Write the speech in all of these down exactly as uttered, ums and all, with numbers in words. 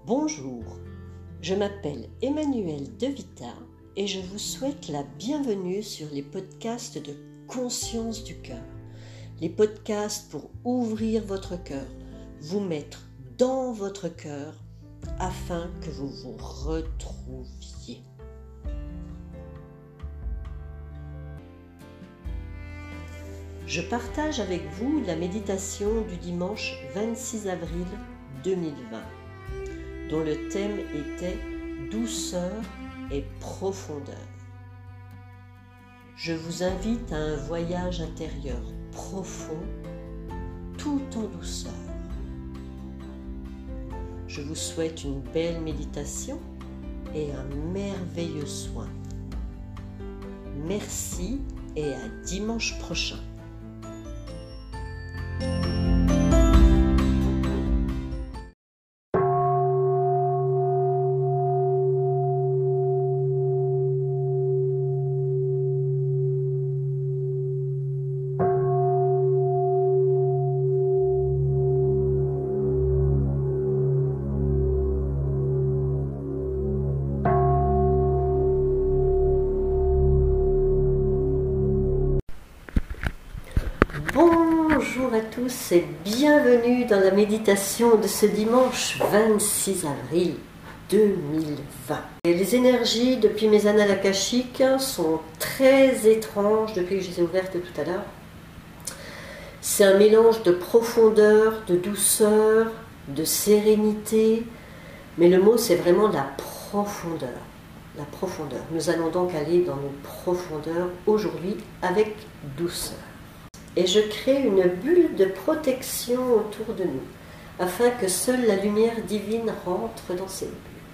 Bonjour, je m'appelle Emmanuelle De Vita et je vous souhaite la bienvenue sur les podcasts de Conscience du cœur. Les podcasts pour ouvrir votre cœur, vous mettre dans votre cœur afin que vous vous retrouviez. Je partage avec vous la méditation du dimanche vingt-six avril deux mille vingt, dont le thème était douceur et profondeur. Je vous invite à un voyage intérieur profond, tout en douceur. Je vous souhaite une belle méditation et un merveilleux soin. Merci et à dimanche prochain. Bonjour à tous et bienvenue dans la méditation de ce dimanche vingt-six avril deux mille vingt. Et les énergies depuis mes annales akashiques sont très étranges depuis que je les ai ouvertes tout à l'heure. C'est un mélange de profondeur, de douceur, de sérénité, mais le mot c'est vraiment la profondeur. La profondeur. Nous allons donc aller dans nos profondeurs aujourd'hui avec douceur. Et je crée une bulle de protection autour de nous, afin que seule la lumière divine rentre dans cette bulle.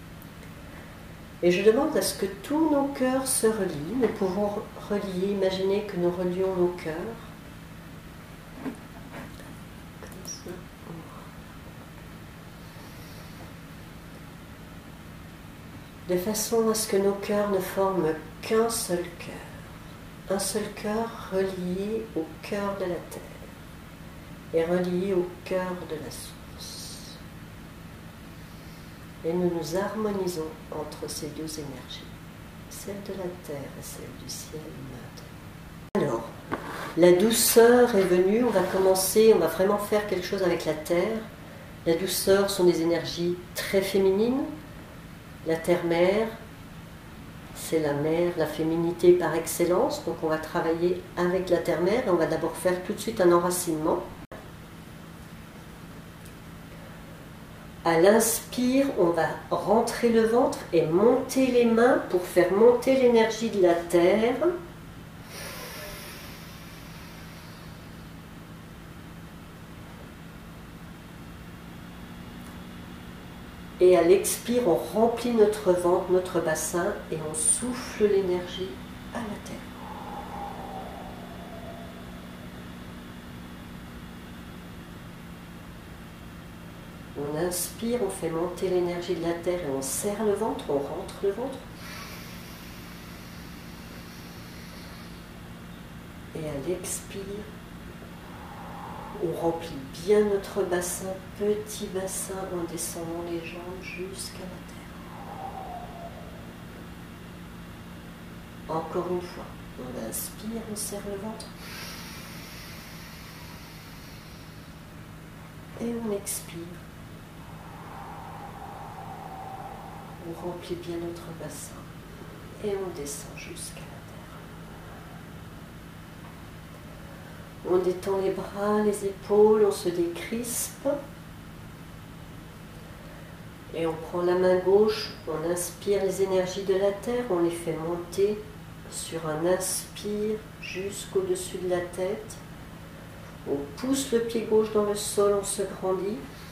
Et je demande à ce que tous nos cœurs se relient. Nous pouvons relier, imaginez que nous relions nos cœurs. Comme ça. De façon à ce que nos cœurs ne forment qu'un seul cœur. Un seul cœur relié au cœur de la terre et relié au cœur de la source. Et nous nous harmonisons entre ces deux énergies, celle de la terre et celle du ciel maintenant. Alors, la douceur est venue, on va commencer, on va vraiment faire quelque chose avec la terre. La douceur sont des énergies très féminines, la terre-mère, c'est la mère, la féminité par excellence. Donc on va travailler avec la terre-mère et on va d'abord faire tout de suite un enracinement. À l'inspire, on va rentrer le ventre et monter les mains pour faire monter l'énergie de la terre. Et à l'expire, on remplit notre ventre, notre bassin, et on souffle l'énergie à la terre. On inspire, on fait monter l'énergie de la terre et on serre le ventre, on rentre le ventre. Et à l'expire, on remplit bien notre bassin, petit bassin, en descendant les jambes jusqu'à la terre. Encore une fois, on inspire, on serre le ventre. Et on expire. On remplit bien notre bassin et on descend jusqu'à la terre. On détend les bras, les épaules, on se décrispe. Et on prend la main gauche, on inspire les énergies de la terre, on les fait monter sur un inspire jusqu'au-dessus de la tête. On pousse le pied gauche dans le sol, on se grandit.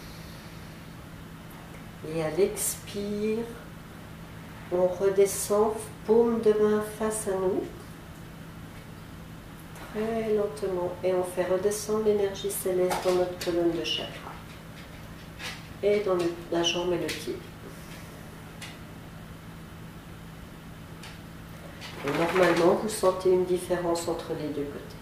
Et à l'expire, on redescend, paume de main face à nous. Très lentement, et on fait redescendre l'énergie céleste dans notre colonne de chakra et dans le, la jambe et le pied. Et normalement, vous sentez une différence entre les deux côtés.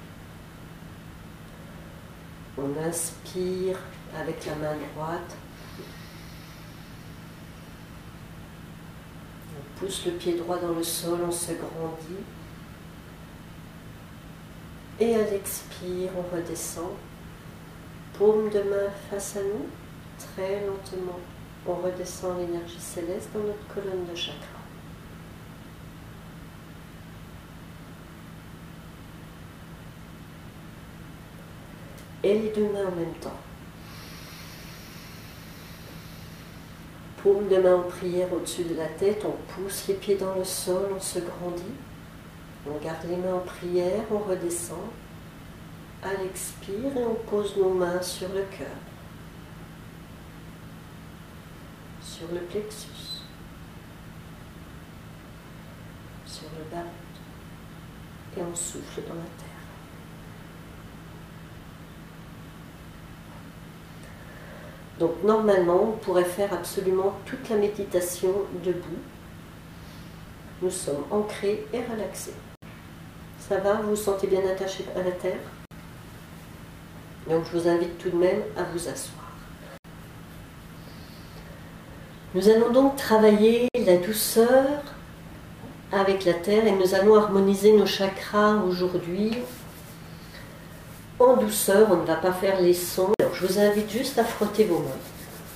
On inspire avec la main droite pousse le pied droit dans le sol, on se grandit. Et à l'expire, on redescend. Paume de main face à nous, très lentement. On redescend l'énergie céleste dans notre colonne de chakra. Et les deux mains en même temps. Paume de main en prière au-dessus de la tête, on pousse les pieds dans le sol, on se grandit. On garde les mains en prière, on redescend. À l'expire, et on pose nos mains sur le cœur, sur le plexus, sur le bas, et on souffle dans la terre. Donc normalement, on pourrait faire absolument toute la méditation debout. Nous sommes ancrés et relaxés. Ça va, vous vous sentez bien attaché à la terre? Donc je vous invite tout de même à vous asseoir. Nous allons donc travailler la douceur avec la terre et nous allons harmoniser nos chakras aujourd'hui. En douceur, on ne va pas faire les sons. Alors, je vous invite juste à frotter vos mains,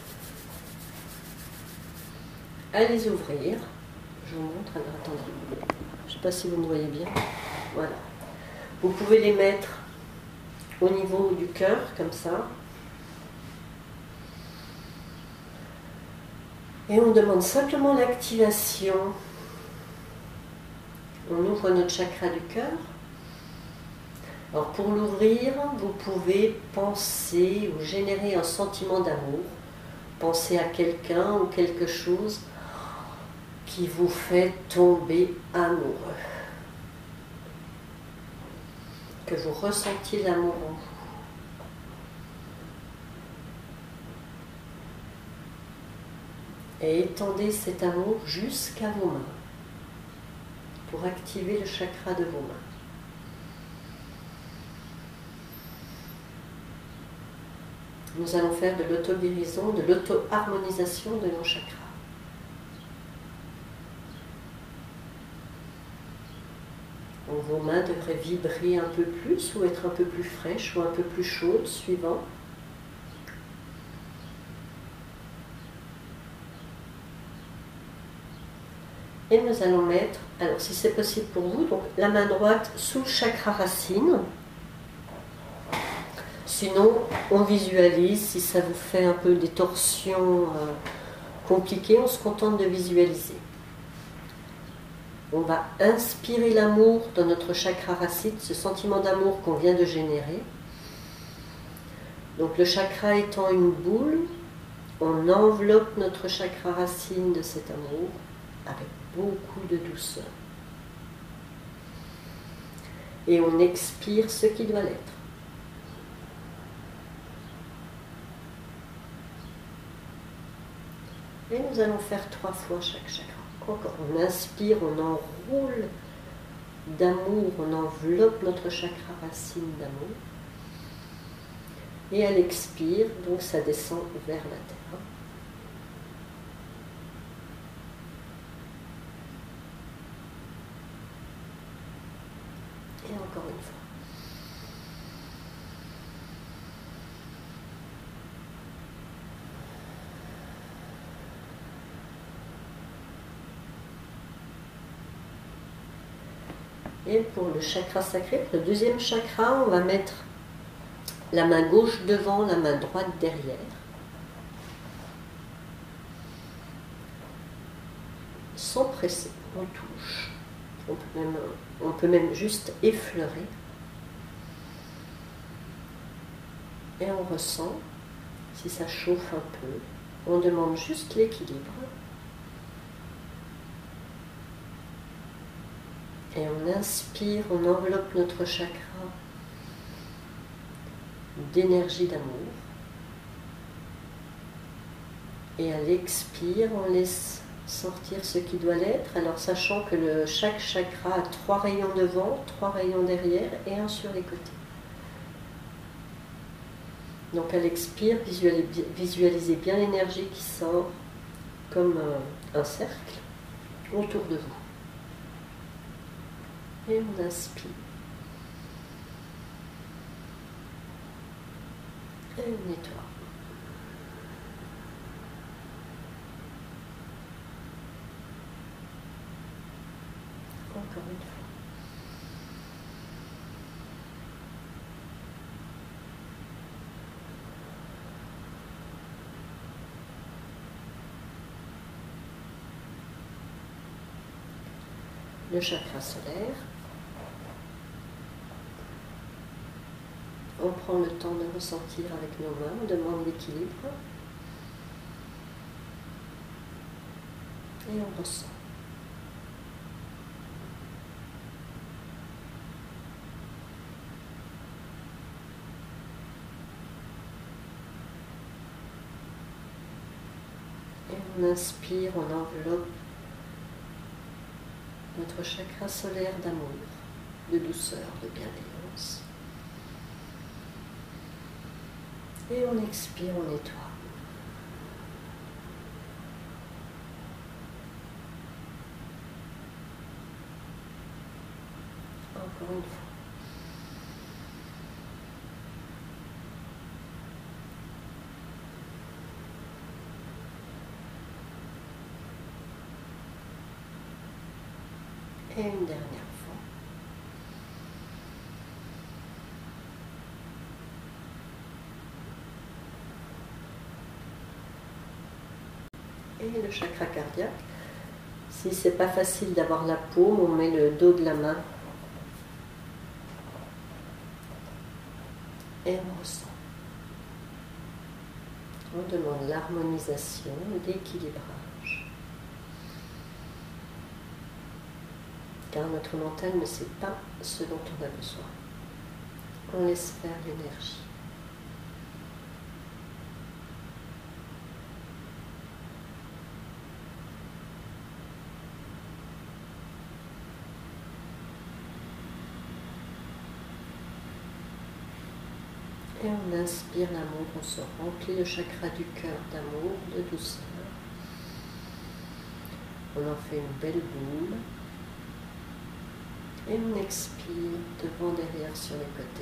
à les ouvrir. Je vous montre, alors attendez, je ne sais pas si vous me voyez bien. Voilà. Vous pouvez les mettre au niveau du cœur, comme ça. Et on demande simplement l'activation. On ouvre notre chakra du cœur. Alors pour l'ouvrir, vous pouvez penser ou générer un sentiment d'amour. Pensez à quelqu'un ou quelque chose qui vous fait tomber amoureux. Que vous ressentiez l'amour en vous. Et étendez cet amour jusqu'à vos mains pour activer le chakra de vos mains. Nous allons faire de l'auto-guérison, de l'auto-harmonisation de nos chakras. Donc, vos mains devraient vibrer un peu plus ou être un peu plus fraîches ou un peu plus chaudes, suivant. Et nous allons mettre, alors si c'est possible pour vous, donc la main droite sous le chakra racine. Sinon, on visualise, si ça vous fait un peu des torsions euh, compliquées, on se contente de visualiser. On va inspirer l'amour dans notre chakra racine, ce sentiment d'amour qu'on vient de générer. Donc le chakra étant une boule, on enveloppe notre chakra racine de cet amour avec beaucoup de douceur. Et on expire ce qui doit l'être. Et nous allons faire trois fois chaque chakra. Encore, on inspire, on enroule d'amour, on enveloppe notre chakra racine d'amour. Et à l'expire, donc ça descend vers la terre. Et encore une fois. Et pour le chakra sacré, le deuxième chakra, on va mettre la main gauche devant, la main droite derrière. Sans presser, on touche. On peut même, on peut même juste effleurer. Et on ressent, si ça chauffe un peu, on demande juste l'équilibre. Et on inspire, on enveloppe notre chakra d'énergie d'amour. Et à l'expire, on laisse sortir ce qui doit l'être. Alors sachant que le, chaque chakra a trois rayons devant, trois rayons derrière et un sur les côtés. Donc à l'expire, visualisez, visualisez bien l'énergie qui sort comme un, un cercle. autour de vous. Et on inspire. Et on nettoie. Encore une fois. Le chakra solaire. On prend le temps de ressentir avec nos mains, on demande l'équilibre. Et on ressent. Et on inspire, on enveloppe notre chakra solaire d'amour, de douceur, de bienveillance. Et on expire, on nettoie. Encore une fois. Et une dernière fois. Et le chakra cardiaque. Si c'est pas facile d'avoir la paume, on met le dos de la main. Et on ressent. On demande l'harmonisation, l'équilibrage. Car notre mental ne sait pas ce dont on a besoin. On laisse faire l'énergie. Et on inspire l'amour, on se remplit le chakra du cœur d'amour, de douceur. On en fait une belle boule. Et on expire devant, derrière, sur les côtés.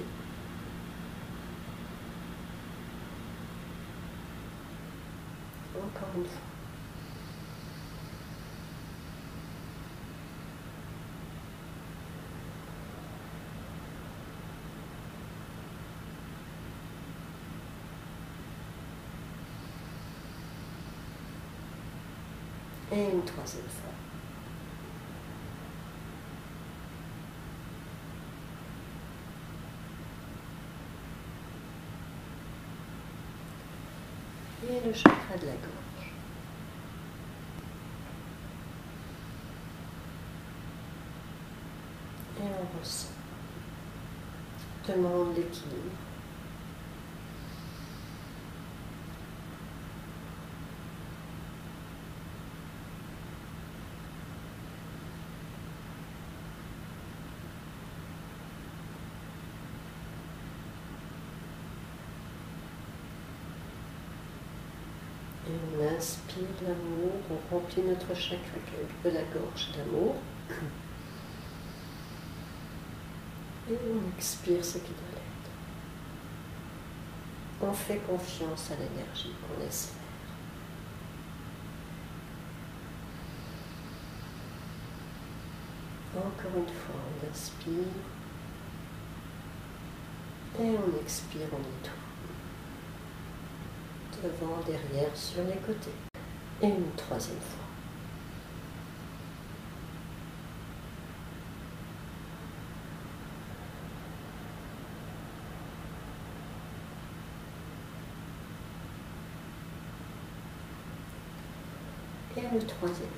Encore une fois. Et une troisième fois. Et le chakra de la gorge. Et on ressent. Demande l'équilibre. Et on inspire l'amour, on remplit notre chakra de la gorge d'amour. Et on expire ce qui doit l'être. On fait confiance à l'énergie qu'on laisse faire. Encore une fois, on inspire. Et on expire, on nettoie. Devant, derrière, sur les côtés. Et une troisième fois. Et le troisième.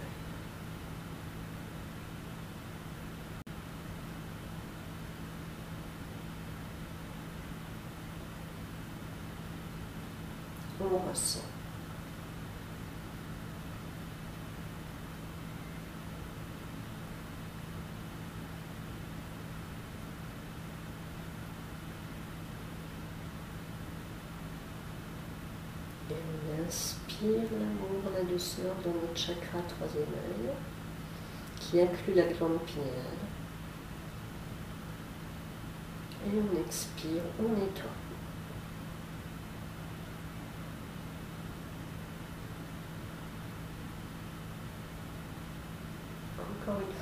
On ressent. Et on inspire l'amour, la douceur dans notre chakra troisième œil. qui inclut la glande pinéale. Et on expire, on nettoie. Encore une fois.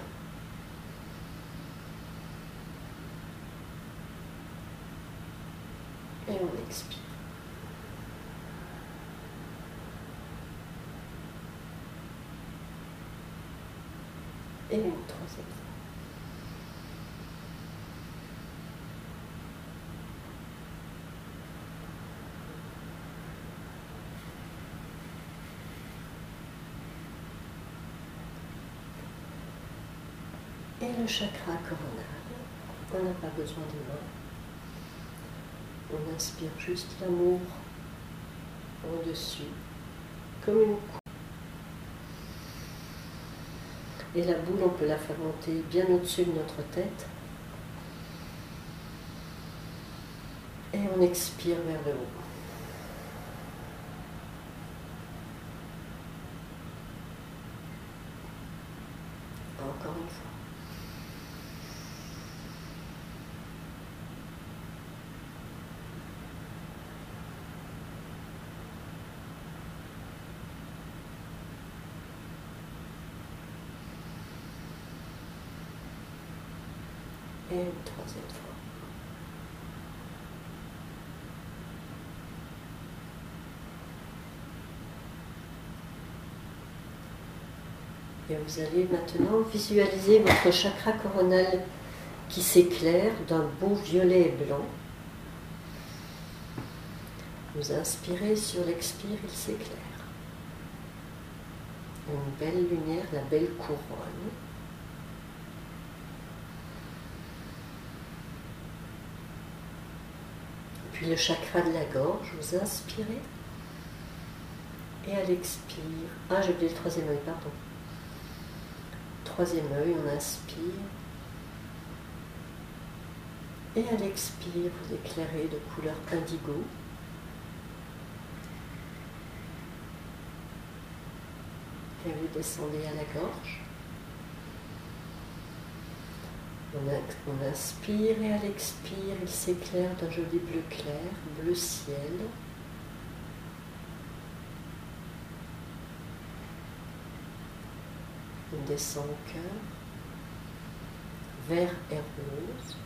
Et on expire. Et une troisième fois. Et le chakra coronal, on n'a pas besoin des mains. On inspire juste l'amour au-dessus, comme une coupe. Et la boule, on peut la faire monter bien au-dessus de notre tête. Et on expire vers le haut. Encore une fois. Et une troisième fois. Et vous allez maintenant visualiser votre chakra coronal qui s'éclaire d'un beau violet et blanc. Vous inspirez, sur l'expire, il s'éclaire. Une belle lumière, la belle couronne. Puis le chakra de la gorge, vous inspirez. Et à l'expire, ah j'ai oublié le troisième œil, pardon. Troisième œil, on inspire. Et à l'expire, vous éclairez de couleur indigo. Et vous descendez à la gorge. On inspire et à l'expire, il s'éclaire d'un joli bleu clair, bleu ciel. On descend au cœur, vert et rose.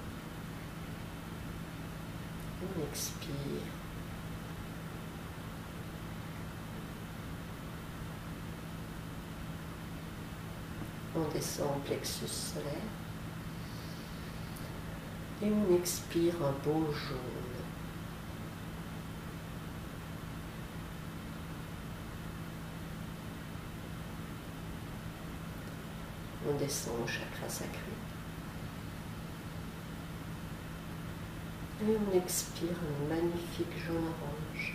On expire. On descend au plexus solaire. Et on expire un beau jaune. On descend au chakra sacré. Et on expire un magnifique jaune-orange.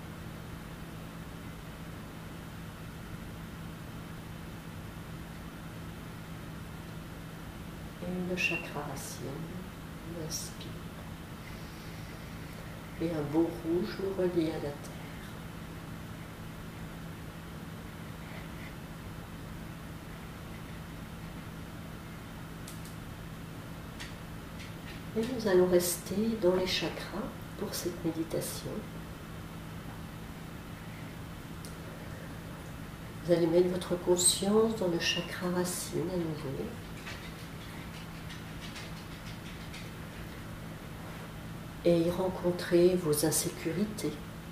Et le chakra racine. On inspire. Et un beau rouge nous relie à la terre. Et nous allons rester dans les chakras pour cette méditation. Vous allez mettre votre conscience dans le chakra racine à nouveau. Et y rencontrer vos insécurités.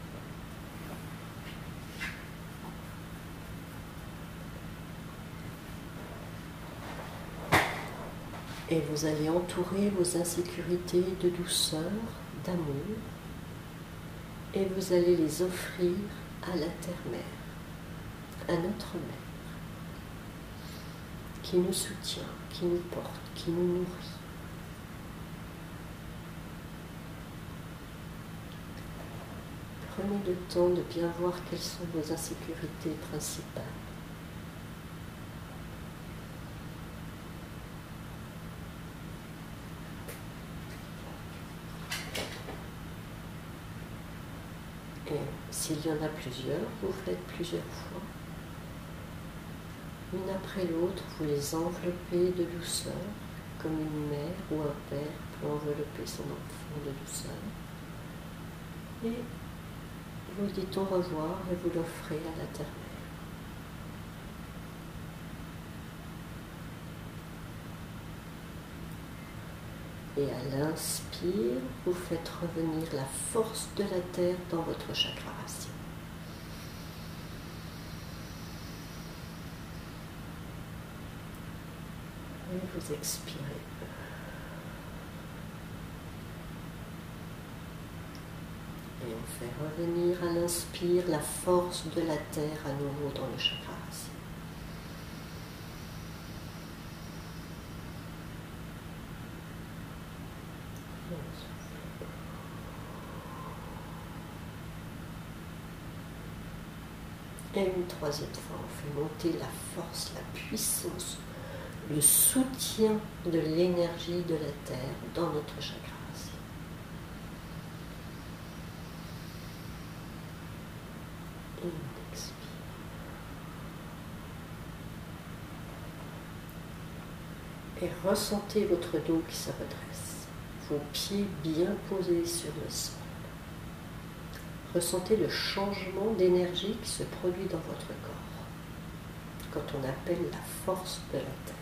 Et vous allez entourer vos insécurités de douceur, d'amour, et vous allez les offrir à la Terre-Mère, à notre Mère, qui nous soutient, qui nous porte, qui nous nourrit. Prenez le temps de bien voir quelles sont vos insécurités principales. Et s'il y en a plusieurs, vous faites plusieurs fois. Une après l'autre, vous les enveloppez de douceur, comme une mère ou un père peut envelopper son enfant de douceur. Et vous dites au revoir et vous l'offrez à la terre-mère. Et à l'inspire, vous faites revenir la force de la terre dans votre chakra racine. Et vous expirez. Et on fait revenir à l'inspire la force de la terre à nouveau dans le chakra racine. Et une troisième fois, on fait monter la force, la puissance, le soutien de l'énergie de la terre dans notre chakra racine. Et on expire. Et ressentez votre dos qui se redresse, vos pieds bien posés sur le sol. Ressentez le changement d'énergie qui se produit dans votre corps quand on appelle la force de la terre.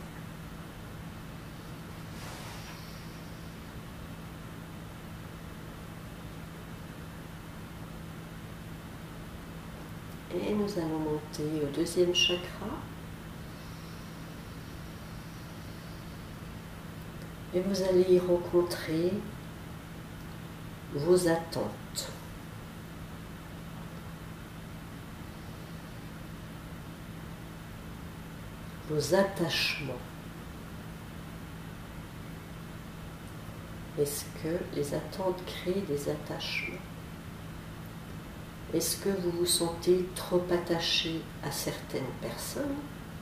Et nous allons monter au deuxième chakra. Et vous allez y rencontrer vos attentes. Vos attachements. Est-ce que les attentes créent des attachements? Est-ce que vous vous sentez trop attaché à certaines personnes?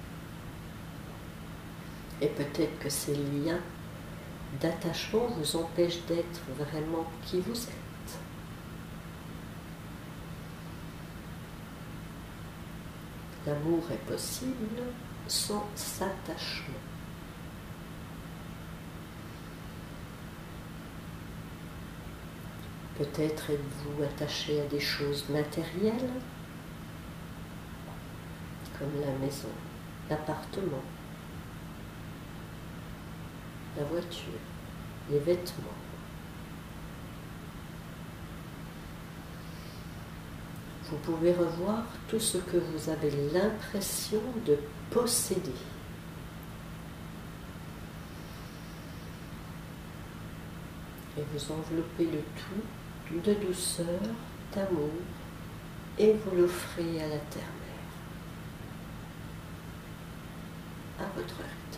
Et peut-être que ces liens d'attachement vous empêchent d'être vraiment qui vous êtes. L'amour est possible sans attachement. Peut-être êtes-vous attaché à des choses matérielles, comme la maison, l'appartement, la voiture, les vêtements. Vous pouvez revoir tout ce que vous avez l'impression de posséder. Et vous enveloppez le tout de douceur, d'amour, et vous l'offrez à la terre-mère, à votre rythme.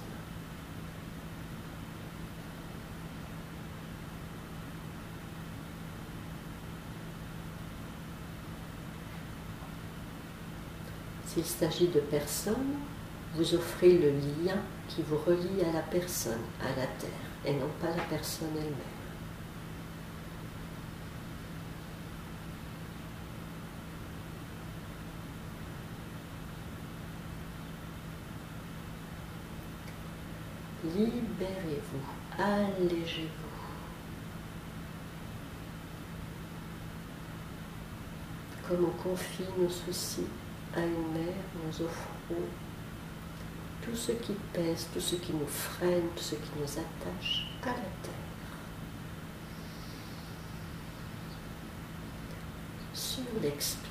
S'il s'agit de personnes, vous offrez le lien qui vous relie à la personne, à la terre, et non pas la personne elle-même. Libérez-vous, allégez-vous. Comme on confie nos soucis à une mère, nous offrons tout ce qui pèse, tout ce qui nous freine, tout ce qui nous attache à la terre. Sur l'expire.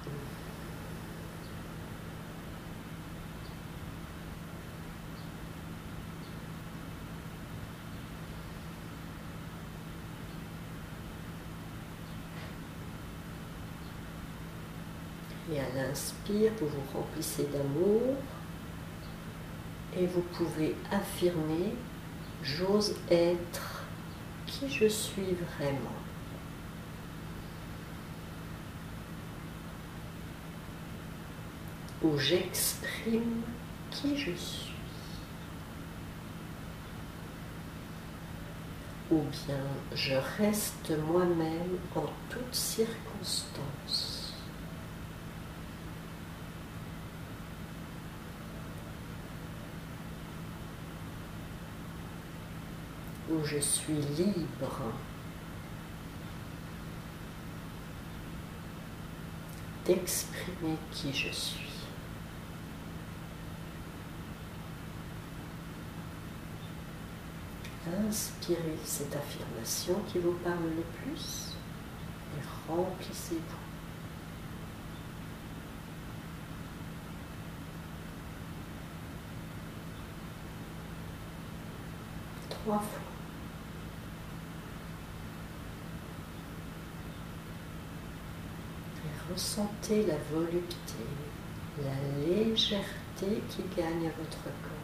Et à l'inspire, vous vous remplissez d'amour et vous pouvez affirmer « J'ose être qui je suis vraiment ». Ou « J'exprime qui je suis ». Ou bien « Je reste moi-même en toutes circonstances ». où je suis libre d'exprimer qui je suis. Inspirez cette affirmation qui vous parle le plus et remplissez-vous. Trois fois. Et ressentez la volupté, la légèreté qui gagne votre corps.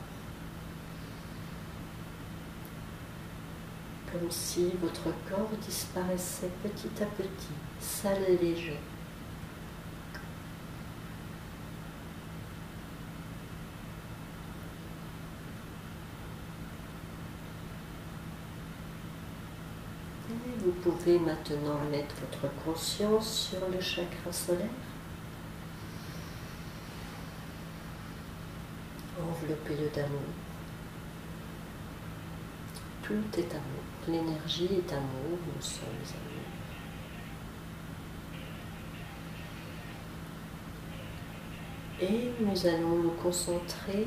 Comme si votre corps disparaissait petit à petit, s'allégeait. Et vous pouvez maintenant mettre votre conscience sur le chakra solaire. Enveloppez-le d'amour. Tout est amour. L'énergie est amour, nous sommes amour. Et nous allons nous concentrer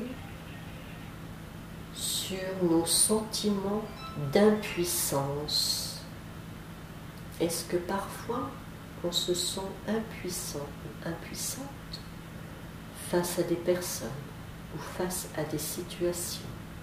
sur nos sentiments d'impuissance. Est-ce que parfois on se sent impuissant ou impuissante face à des personnes ou face à des situations?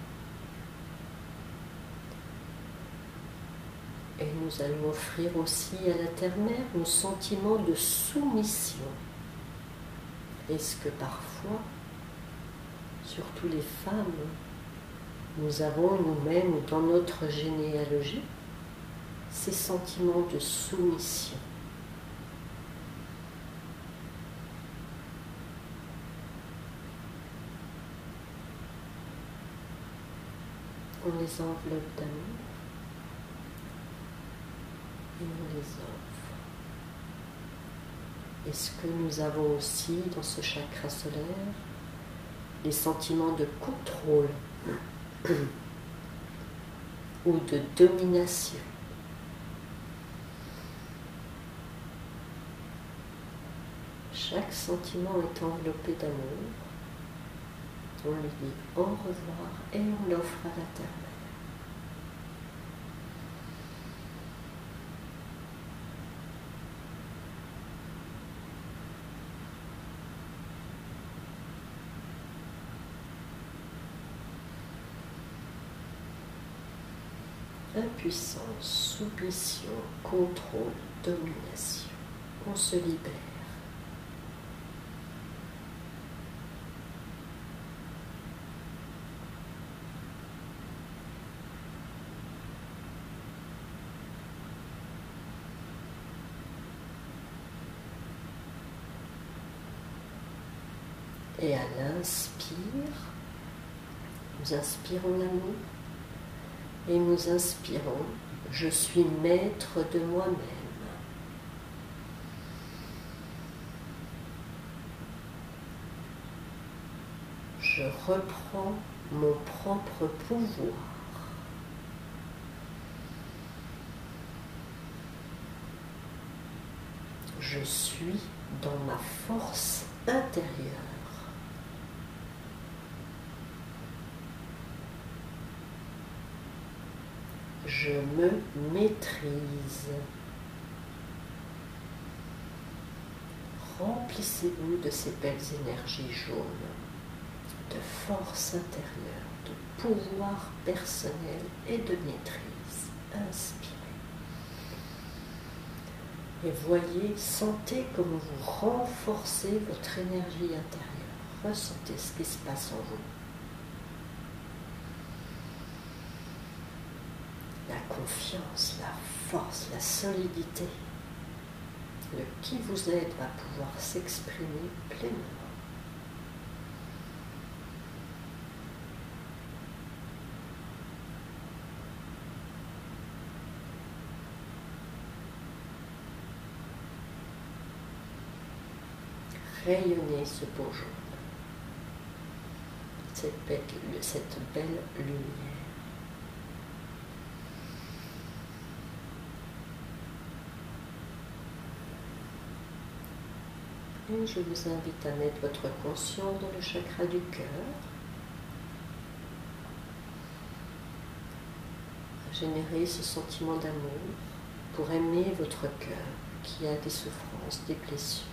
Et nous allons offrir aussi à la Terre-Mère nos sentiments de soumission. Est-ce que parfois, surtout les femmes, nous avons nous-mêmes dans notre généalogie ces sentiments de soumission? On les enveloppe d'amour. Et on les offre. Est-ce que nous avons aussi dans ce chakra solaire des sentiments de contrôle ou de domination? Chaque sentiment est enveloppé d'amour. On lui dit au revoir et on l'offre à la Terre. Impuissance, soumission, contrôle, domination. On se libère. Et à l'inspire, nous inspirons l'amour. Et nous inspirons, je suis maître de moi-même. Je reprends mon propre pouvoir. Je suis dans ma force intérieure. Je me maîtrise. Remplissez-vous de ces belles énergies jaunes, de force intérieure, de pouvoir personnel et de maîtrise. Inspirez. Et voyez, sentez comme vous renforcez votre énergie intérieure. Ressentez ce qui se passe en vous. La confiance, la force, la solidité, le qui vous aide va pouvoir s'exprimer pleinement. Rayonnez ce beau jour, cette belle, cette belle lumière. Et je vous invite à mettre votre conscience dans le chakra du cœur, à générer ce sentiment d'amour pour aimer votre cœur qui a des souffrances, des blessures.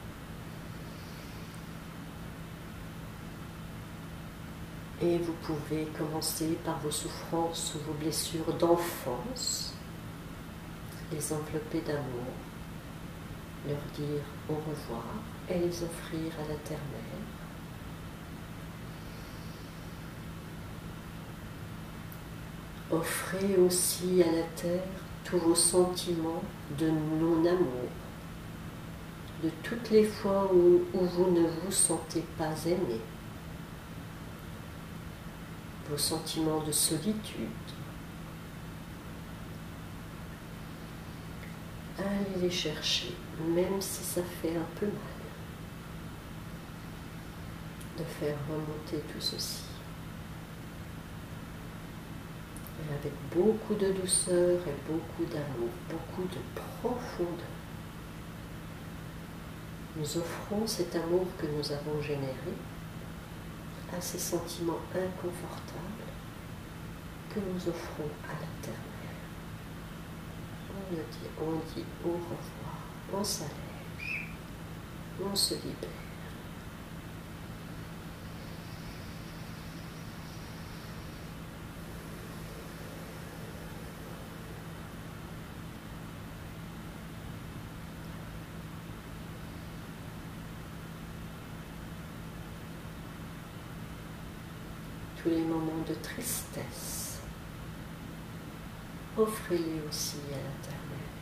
Et vous pouvez commencer par vos souffrances ou vos blessures d'enfance, les envelopper d'amour, leur dire au revoir et les offrir à la terre-mère. Offrez aussi à la terre tous vos sentiments de non-amour, de toutes les fois où, où vous ne vous sentez pas aimé, vos sentiments de solitude. Allez les chercher, même si ça fait un peu mal, de faire remonter tout ceci. Et avec beaucoup de douceur et beaucoup d'amour, beaucoup de profondeur, nous offrons cet amour que nous avons généré à ces sentiments inconfortables que nous offrons à la terre-mère. On le dit, on dit au revoir, on s'allège, on se libère. Tous les moments de tristesse, offrez-les aussi à la terre-mère.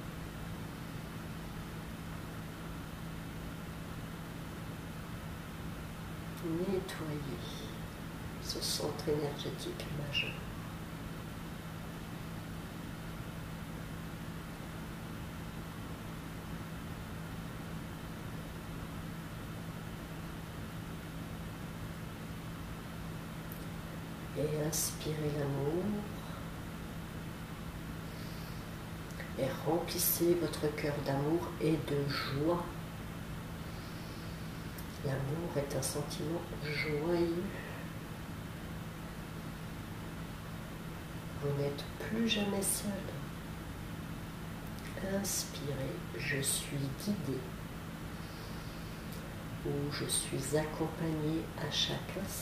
Nettoyez ce centre énergétique majeur. Et inspirez l'amour et remplissez votre cœur d'amour et de joie. L'amour est un sentiment joyeux. Vous n'êtes plus jamais seul. Inspirez, je suis guidé ou je suis accompagné à chaque instant.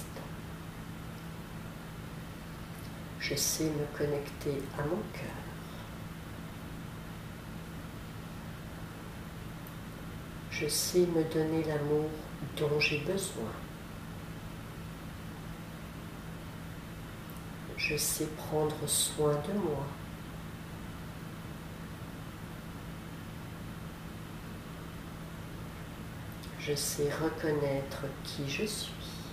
Je sais me connecter à mon cœur. Je sais me donner l'amour dont j'ai besoin. Je sais prendre soin de moi. Je sais reconnaître qui je suis.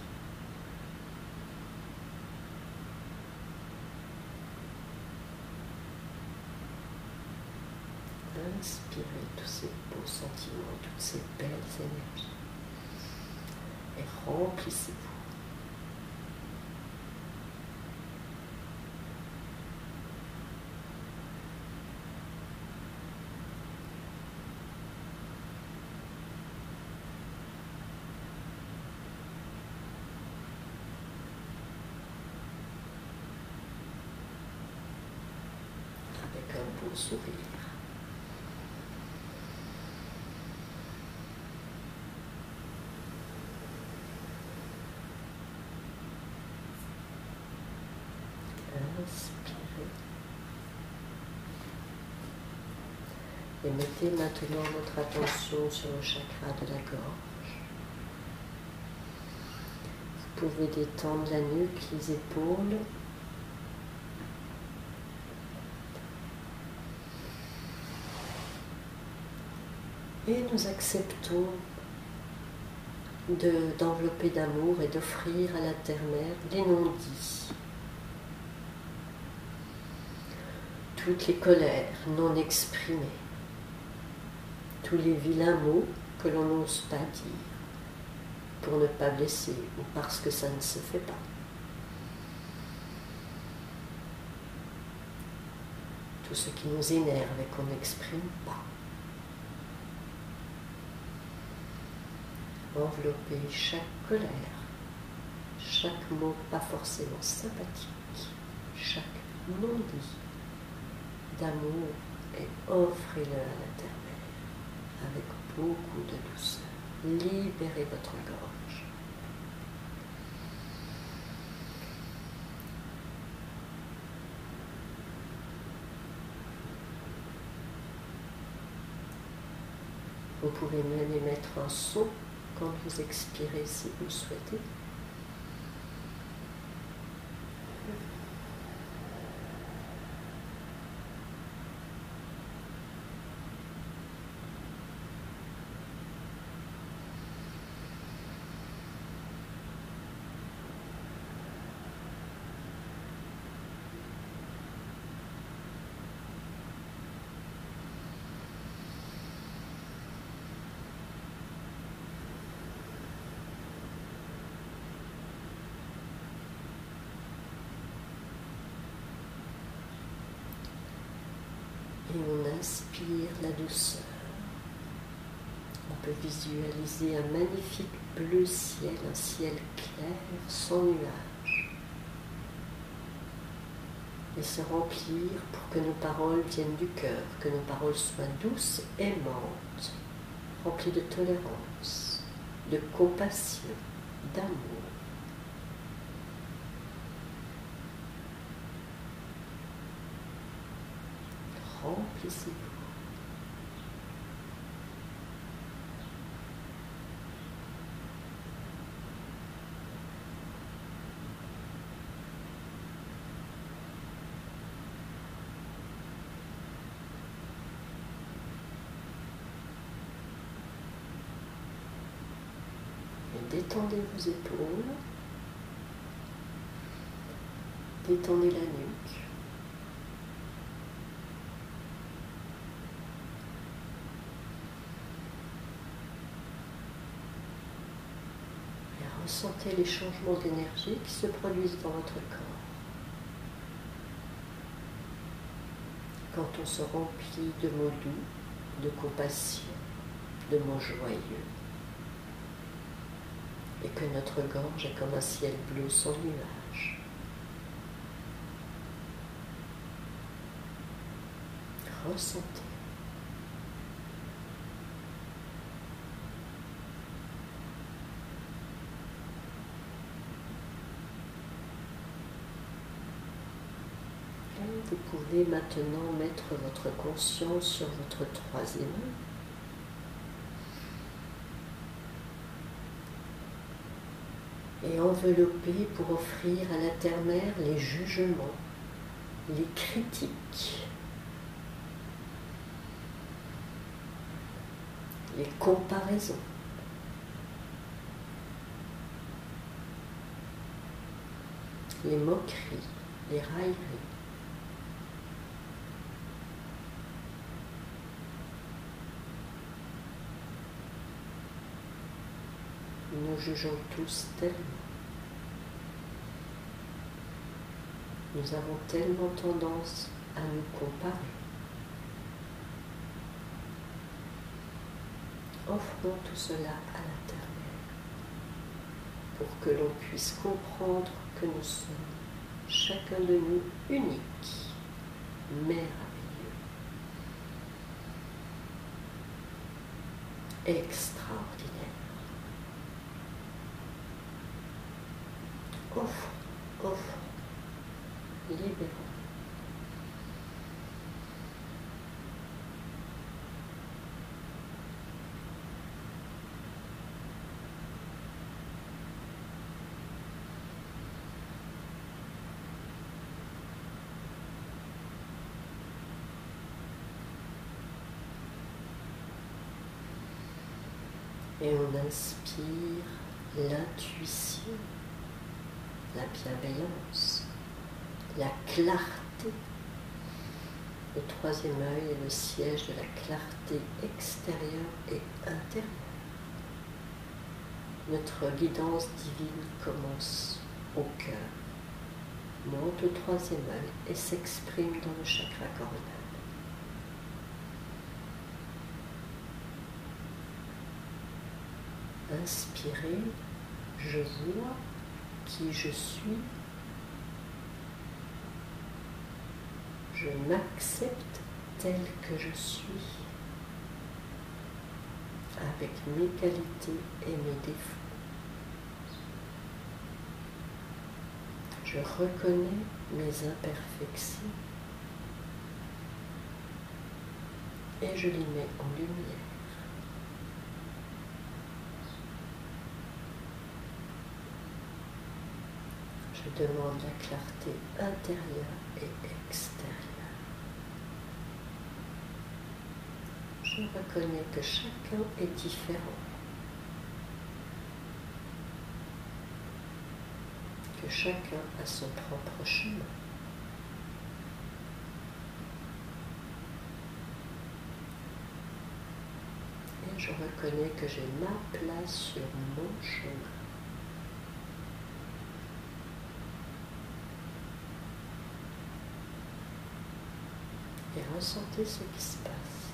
Inspirez tous ces beaux sentiments, toutes ces belles énergies et remplissez-vous. Avec un beau sourire. Inspirez. Et mettez maintenant votre attention sur le chakra de la gorge. Vous pouvez détendre la nuque, les épaules. Et nous acceptons de, d'envelopper d'amour et d'offrir à la terre-mère les non-dits. Toutes les colères non exprimées, tous les vilains mots que l'on n'ose pas dire pour ne pas blesser ou parce que ça ne se fait pas. Tout ce qui nous énerve et qu'on n'exprime pas. envelopper chaque colère, chaque mot pas forcément sympathique, chaque non-dit d'amour et offrez-le à la terre-mère avec beaucoup de douceur. Libérez votre gorge. Vous pouvez même émettre un son quand vous expirez si vous le souhaitez. Et on inspire la douceur. On peut visualiser un magnifique bleu ciel, un ciel clair, sans nuages. Et se remplir pour que nos paroles viennent du cœur, que nos paroles soient douces, aimantes, remplies de tolérance, de compassion, d'amour. Remplissez-vous. Et détendez vos épaules. Détendez la nuque. Ressentez les changements d'énergie qui se produisent dans votre corps. Quand on se remplit de mots doux, de compassion, de mots joyeux, et que notre gorge est comme un ciel bleu sans nuages. Ressentez. Vous pouvez maintenant mettre votre conscience sur votre troisième œil et envelopper pour offrir à la terre-mère les jugements, les critiques, les comparaisons, les moqueries, les railleries. Nous jugeons tous tellement. Nous avons tellement tendance à nous comparer. Offrons tout cela à la terre-mère pour que l'on puisse comprendre que nous sommes, chacun de nous, unique, merveilleux, extraordinaire. Offre, offre, libérons. Et on inspire l'intuition, la bienveillance, la clarté. Le troisième œil est le siège de la clarté extérieure et intérieure. Notre guidance divine commence au cœur, monte au troisième œil et s'exprime dans le chakra coronal. inspirez, je vois qui je suis. Je m'accepte tel que je suis, avec mes qualités et mes défauts. Je reconnais mes imperfections et je les mets en lumière. Je demande la clarté intérieure et extérieure. Je reconnais que chacun est différent, que chacun a son propre chemin. Et je reconnais que j'ai ma place sur mon chemin. Et ressentez ce qui se passe.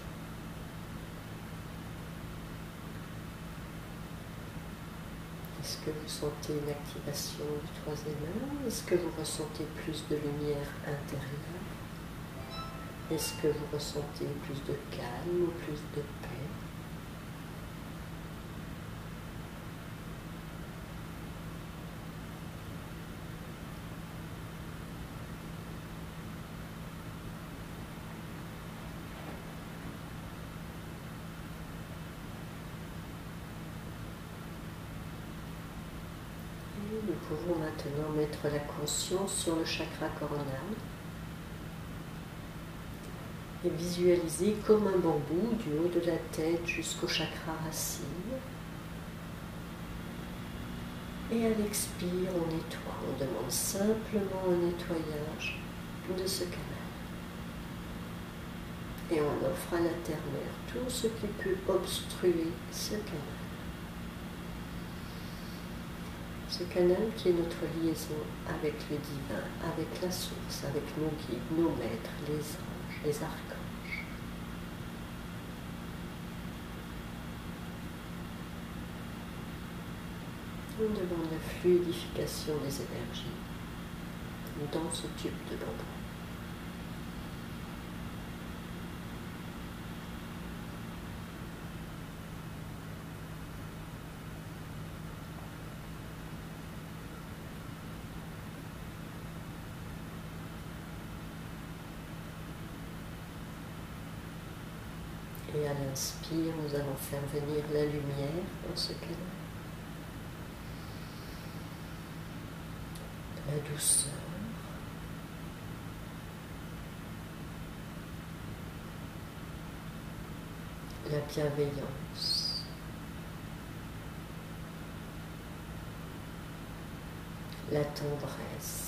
Est-ce que vous sentez une activation du troisième œil? Est-ce que vous ressentez plus de lumière intérieure? Est-ce que vous ressentez plus de calme ou plus de paix? Nous pouvons maintenant mettre la conscience sur le chakra coronal et visualiser comme un bambou du haut de la tête jusqu'au chakra racine. Et à l'expire, on nettoie. On demande simplement un nettoyage de ce canal. Et on offre à la terre-mère tout ce qui peut obstruer ce canal. Ce canal qui est notre liaison avec le divin, avec la source, avec nos guides, nos maîtres, les anges, les archanges. On demande la fluidification des énergies dans ce tube de bambou. Et à l'inspire, nous allons faire venir la lumière dans ce canal. La douceur. La bienveillance. La tendresse.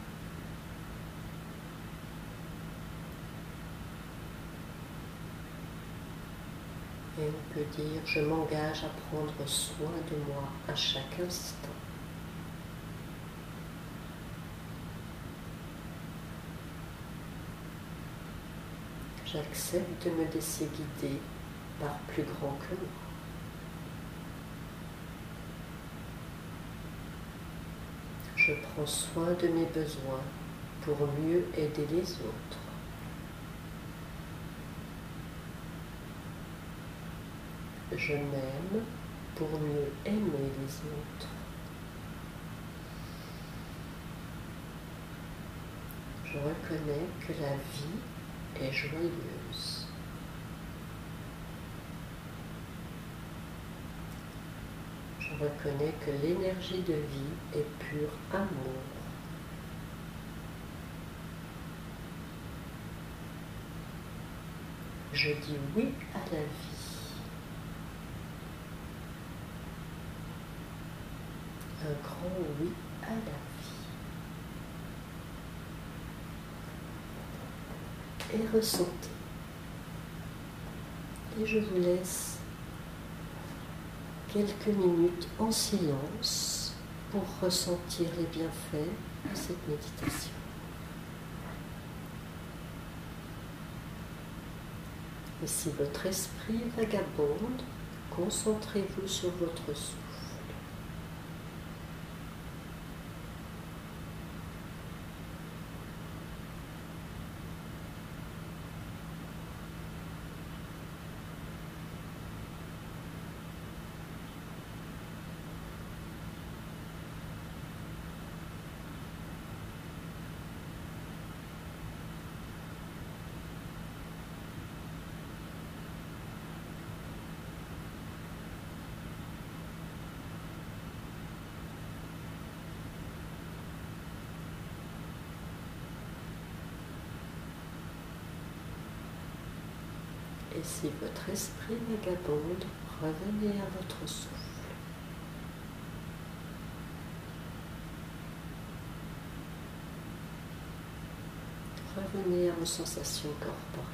Et on peut dire, je m'engage à prendre soin de moi à chaque instant. J'accepte de me laisser guider par plus grand que moi. Je prends soin de mes besoins pour mieux aider les autres. Je m'aime pour mieux aimer les autres. Je reconnais que la vie est joyeuse. Je reconnais que l'énergie de vie est pur amour. Je dis oui à la vie. Un grand oui à la vie. Et ressentez. Et je vous laisse quelques minutes en silence pour ressentir les bienfaits de cette méditation. Et si votre esprit vagabonde, Concentrez-vous sur votre souffle. Et si votre esprit vagabonde, revenez à votre souffle. Revenez à vos sensations corporelles.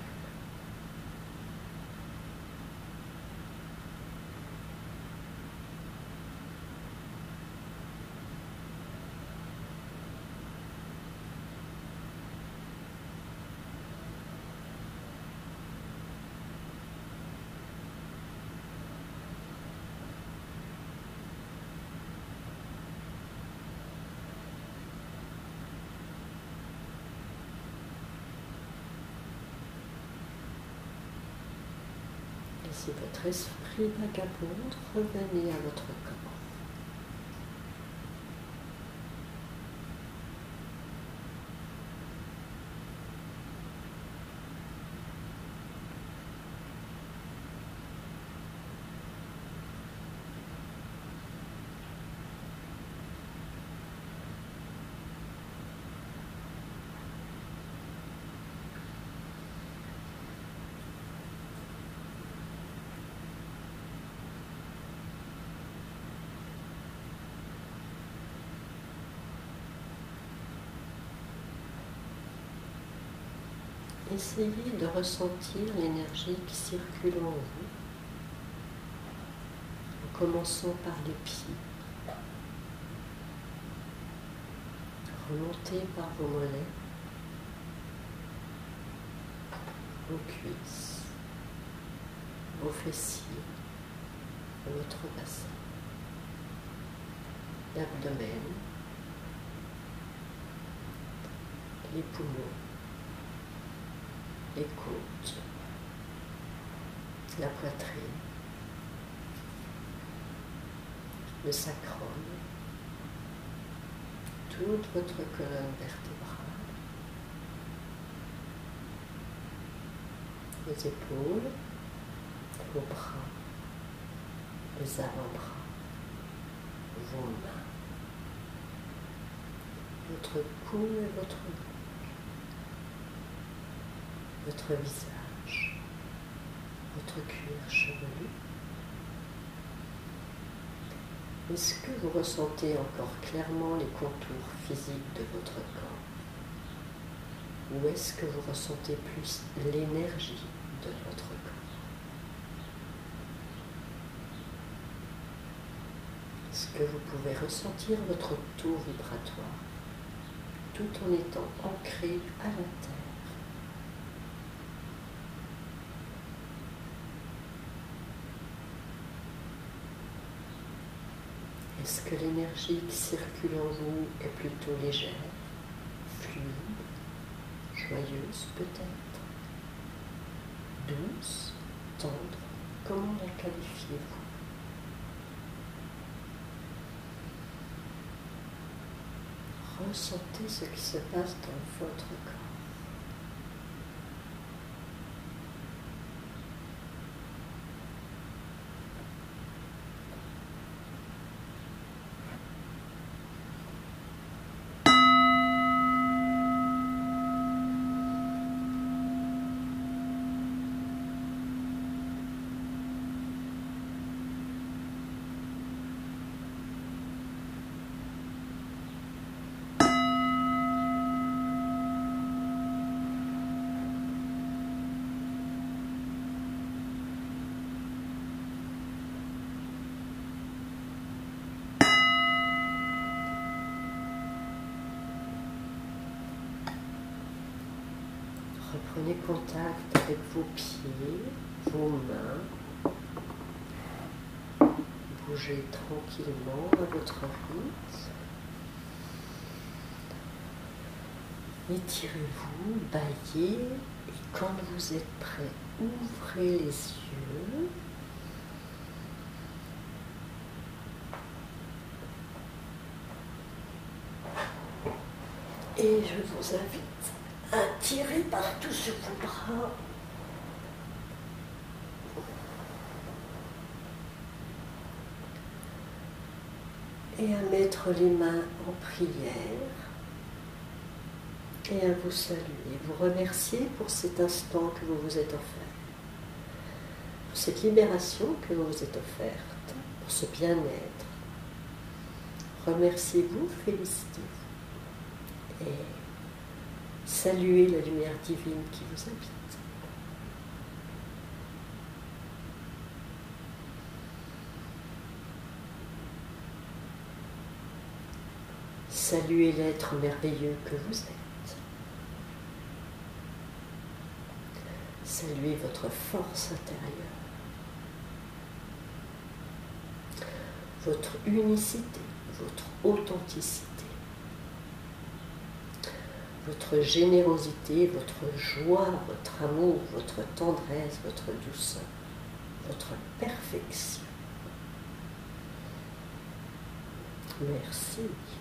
Et si votre esprit vagabonde, revenez à votre corps. Essayez de ressentir l'énergie qui circule en vous, en commençant par les pieds, remontez par vos mollets, vos cuisses, vos fessiers, votre bassin, l'abdomen, les poumons, les côtes, la poitrine, le sacrum, toute votre colonne vertébrale, les épaules, vos bras, les avant-bras, vos mains, votre cou et votre nuque, votre visage, votre cuir chevelu. Est-ce que vous ressentez encore clairement les contours physiques de votre corps? Ou est-ce que vous ressentez plus l'énergie de votre corps? Est-ce que vous pouvez ressentir votre taux vibratoire tout en étant ancré à la terre? Est-ce que l'énergie qui circule en vous est plutôt légère, fluide, joyeuse peut-être, douce, tendre? Comment la qualifiez-vous? Ressentez ce qui se passe dans votre corps. Reprenez contact avec vos pieds, vos mains, bougez tranquillement à votre rythme. Étirez-vous, baillez, et quand vous êtes prêt, ouvrez les yeux. Et je vous invite à tirer partout sur vos bras. Et à mettre les mains en prière et à vous saluer, vous remercier pour cet instant que vous vous êtes offert, pour cette libération que vous vous êtes offerte, pour ce bien-être. Remerciez-vous, félicitez-vous et saluez la lumière divine qui vous habite. Saluez l'être merveilleux que vous êtes. Saluez votre force intérieure, votre unicité, votre authenticité, votre générosité, votre joie, votre amour, votre tendresse, votre douceur, votre perfection. Merci.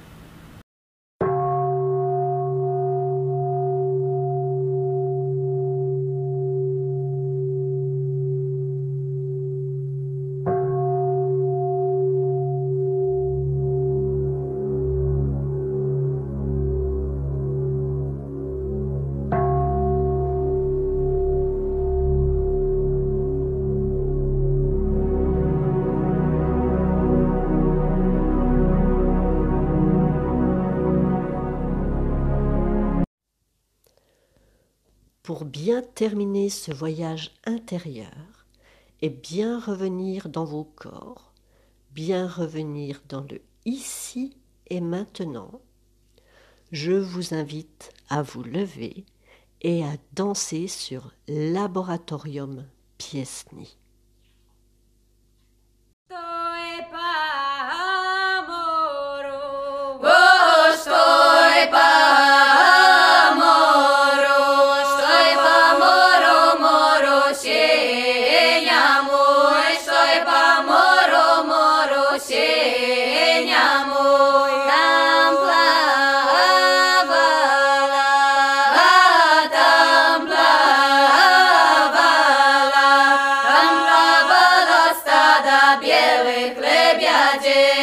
Pour bien terminer ce voyage intérieur et bien revenir dans vos corps, bien revenir dans le ici et maintenant, je vous invite à vous lever et à danser sur Laboratorium Piesny.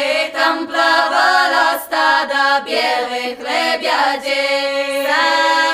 Там плавала стадо белых лебедей.